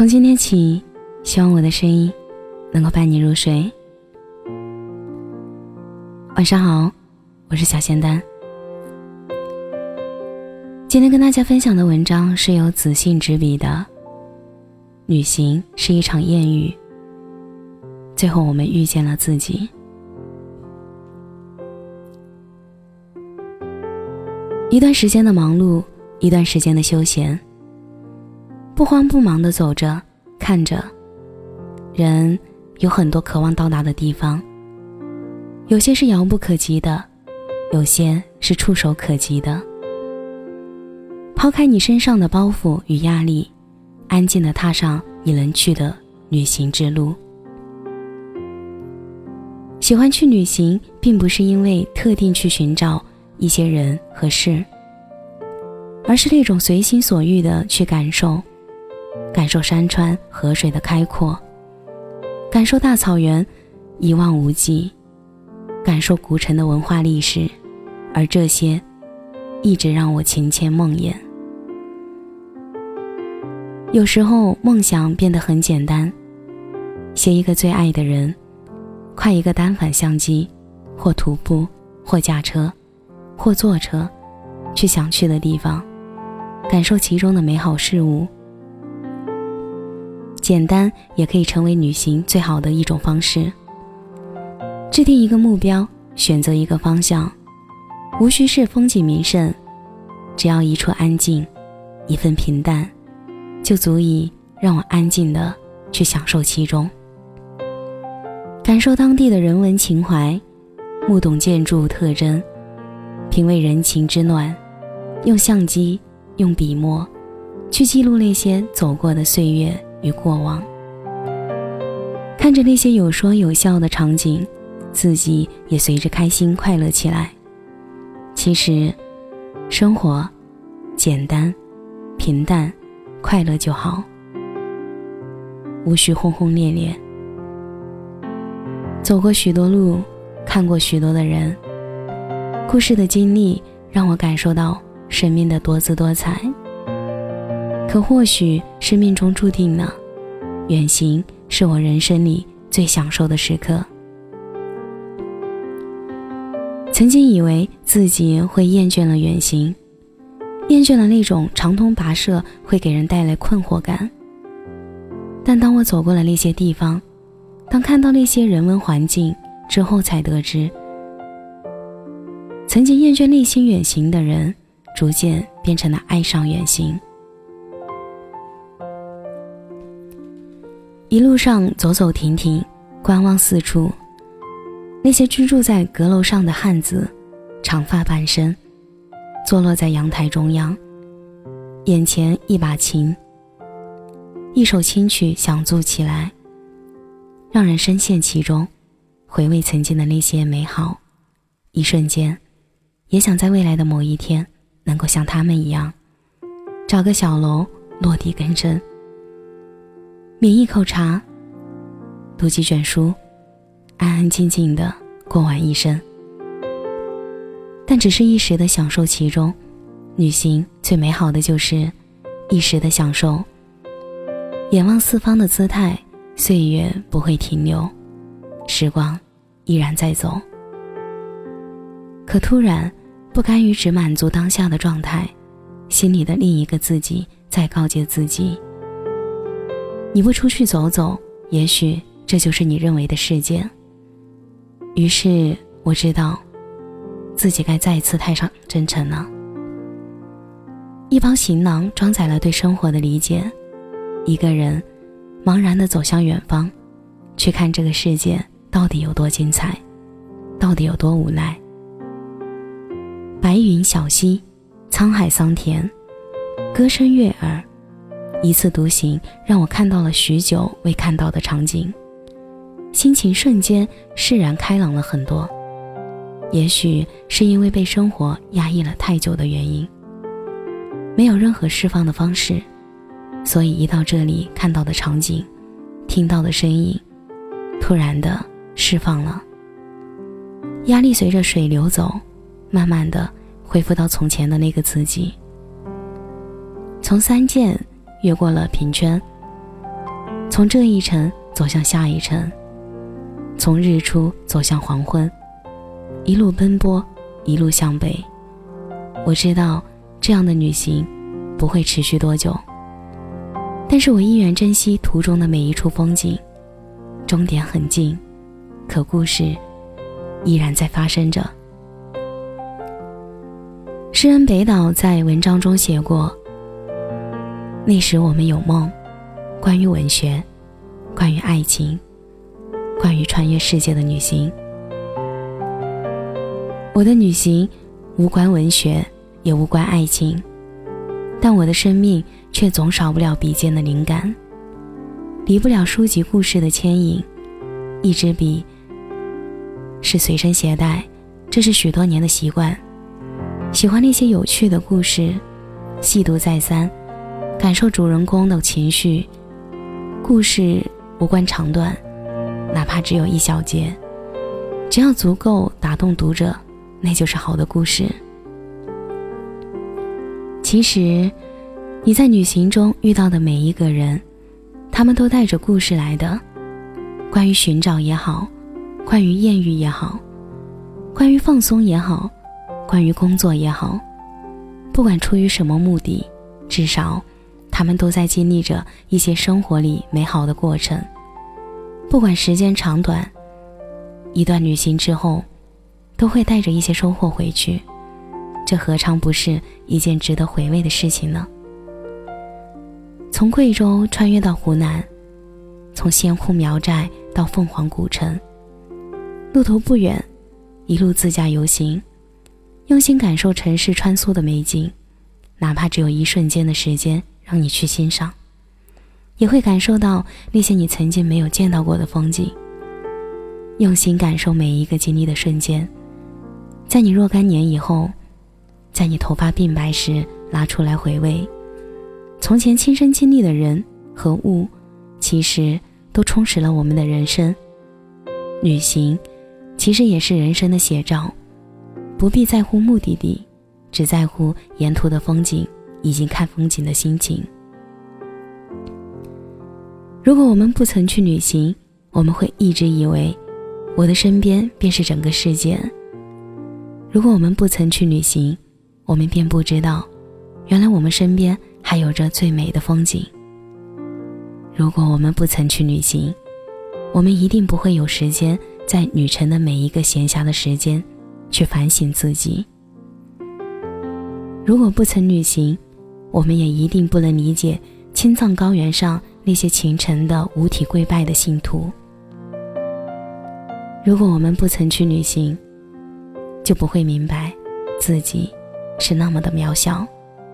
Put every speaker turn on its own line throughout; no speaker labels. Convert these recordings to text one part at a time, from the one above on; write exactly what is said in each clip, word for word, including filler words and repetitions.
从今天起，希望我的声音能够伴你入睡。晚上好，我是小仙丹。今天跟大家分享的文章是由子信执笔的，旅行是一场艳遇，最后我们遇见了自己。一段时间的忙碌，一段时间的休闲，不慌不忙地走着看着，人有很多渴望到达的地方，有些是遥不可及的，有些是触手可及的。抛开你身上的包袱与压力，安静地踏上你能去的旅行之路。喜欢去旅行，并不是因为特定去寻找一些人和事，而是那种随心所欲的去感受，感受山川河水的开阔，感受大草原一望无际，感受古城的文化历史，而这些一直让我情牵梦魇。有时候梦想变得很简单，写一个最爱的人，挎一个单反相机，或徒步，或驾车，或坐车，去想去的地方，感受其中的美好事物。简单也可以成为旅行最好的一种方式。制定一个目标，选择一个方向，无需是风景名胜，只要一处安静，一份平淡，就足以让我安静地去享受其中，感受当地的人文情怀，目睹建筑特征，品味人情之暖，用相机用笔墨去记录那些走过的岁月与过往，看着那些有说有笑的场景，自己也随着开心快乐起来。其实生活简单平淡快乐就好，无需轰轰烈烈。走过许多路，看过许多的人，故事的经历让我感受到生命的多姿多彩。可或许是命中注定呢，远行是我人生里最享受的时刻。曾经以为自己会厌倦了远行，厌倦了那种长途跋涉会给人带来困惑感。但当我走过了那些地方，当看到那些人文环境之后，才得知，曾经厌倦内心远行的人，逐渐变成了爱上远行。一路上走走停停，观望四处，那些居住在阁楼上的汉子，长发半身，坐落在阳台中央，眼前一把琴，一首轻曲响奏起来，让人深陷其中，回味曾经的那些美好。一瞬间也想在未来的某一天能够像他们一样，找个小楼落地根针，抿一口茶，读几卷书，安安静静地过完一生。但只是一时的享受其中，旅行最美好的就是一时的享受。眼望四方的姿态，岁月不会停留，时光依然在走。可突然不甘于只满足当下的状态，心里的另一个自己在告诫自己，你不出去走走，也许这就是你认为的世界。于是我知道自己该再一次踏上征程了。一包行囊装载了对生活的理解，一个人茫然地走向远方，去看这个世界到底有多精彩，到底有多无奈。白云小溪，沧海桑田，歌声悦耳，一次独行让我看到了许久未看到的场景，心情瞬间释然开朗了很多。也许是因为被生活压抑了太久的原因，没有任何释放的方式，所以一到这里看到的场景，听到的声音，突然的释放了。压力随着水流走，慢慢的恢复到从前的那个自己。从三剑越过了平圈， 从这一程走向下一程，从日出走向黄昏，一路奔波，一路向北。我知道这样的旅行不会持续多久，但是我依然珍惜途中的每一处风景。终点很近，可故事依然在发生着。诗人北岛在文章中写过，那时我们有梦，关于文学，关于爱情，关于穿越世界的旅行。我的旅行无关文学，也无关爱情，但我的生命却总少不了笔尖的灵感，离不了书籍故事的牵引。一支笔是随身携带，这是许多年的习惯。喜欢那些有趣的故事，细读再三，感受主人公的情绪。故事无关长短，哪怕只有一小节，只要足够打动读者，那就是好的故事。其实你在旅行中遇到的每一个人，他们都带着故事来的。关于寻找也好，关于艳遇也好，关于放松也好，关于工作也好，不管出于什么目的，至少他们都在经历着一些生活里美好的过程。不管时间长短，一段旅行之后都会带着一些收获回去，这何尝不是一件值得回味的事情呢？从贵州穿越到湖南，从仙湖苗寨到凤凰古城，路途不远，一路自驾游行，用心感受城市穿梭的美景，哪怕只有一瞬间的时间让你去欣赏，也会感受到那些你曾经没有见到过的风景。用心感受每一个经历的瞬间，在你若干年以后，在你头发鬓白时拿出来回味，从前亲身经历的人和物，其实都充实了我们的人生。旅行其实也是人生的写照，不必在乎目的地，只在乎沿途的风景以及看风景的心情。如果我们不曾去旅行，我们会一直以为我的身边便是整个世界。如果我们不曾去旅行，我们便不知道原来我们身边还有着最美的风景。如果我们不曾去旅行，我们一定不会有时间在旅程的每一个闲暇的时间去反省自己。如果不曾旅行，我们也一定不能理解青藏高原上那些虔诚的五体跪拜的信徒。如果我们不曾去旅行，就不会明白自己是那么的渺小。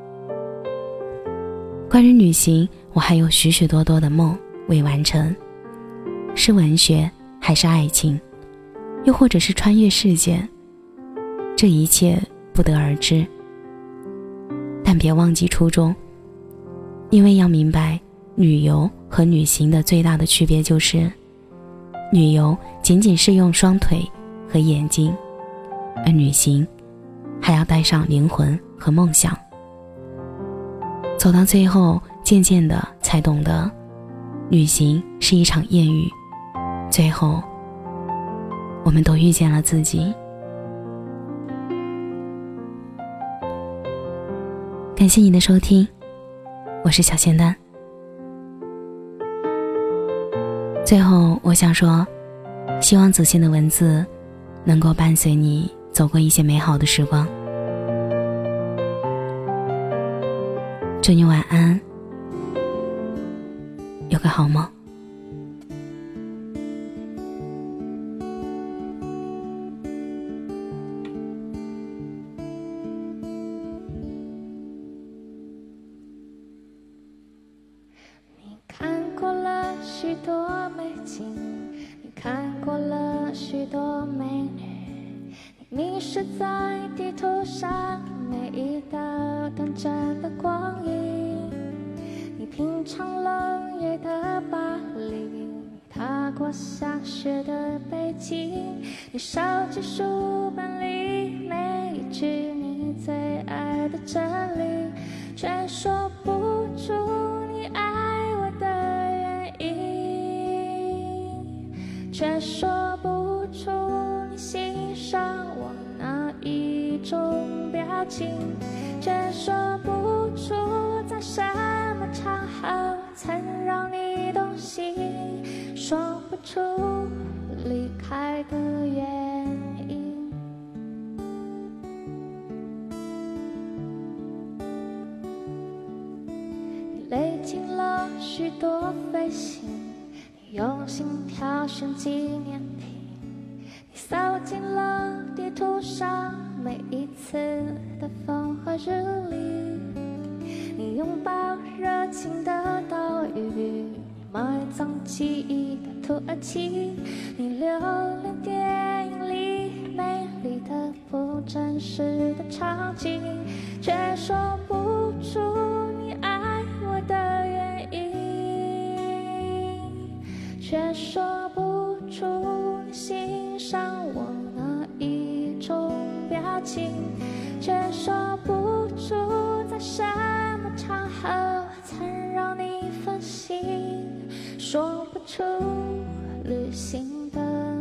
关于旅行，我还有许许多多的梦未完成，是文学还是爱情，又或者是穿越世界，这一切不得而知。但别忘记初衷，因为要明白旅游和旅行的最大的区别就是，旅游仅仅是用双腿和眼睛，而旅行还要带上灵魂和梦想。走到最后，渐渐的才懂得，旅行是一场艳遇，最后我们都遇见了自己。感谢你的收听，我是小仙丹。最后我想说，希望子欣的文字能够伴随你走过一些美好的时光。祝你晚安，有个好梦。
你看过了许多美景，你看过了许多美女，你迷失在地图上每一道短暂的光阴，你品尝冷夜的巴黎，踏过下雪的北京，你收集书本里每一句你最爱的真理，却说不出你爱我的原因。 表情，却说不出在什么场合曾让你动心，说不出离开的原因。你历经了许多飞行，你用心挑选纪念品，你扫进了地图上每一次的风和日丽，你拥抱热情的岛屿，你埋葬记忆的土耳其，你留恋电影里美丽的不真实的场景，却说不出你爱我的原因，却说不出你欣赏我哪一种表情，却说不出在什么场合曾让你分心，说不出旅行的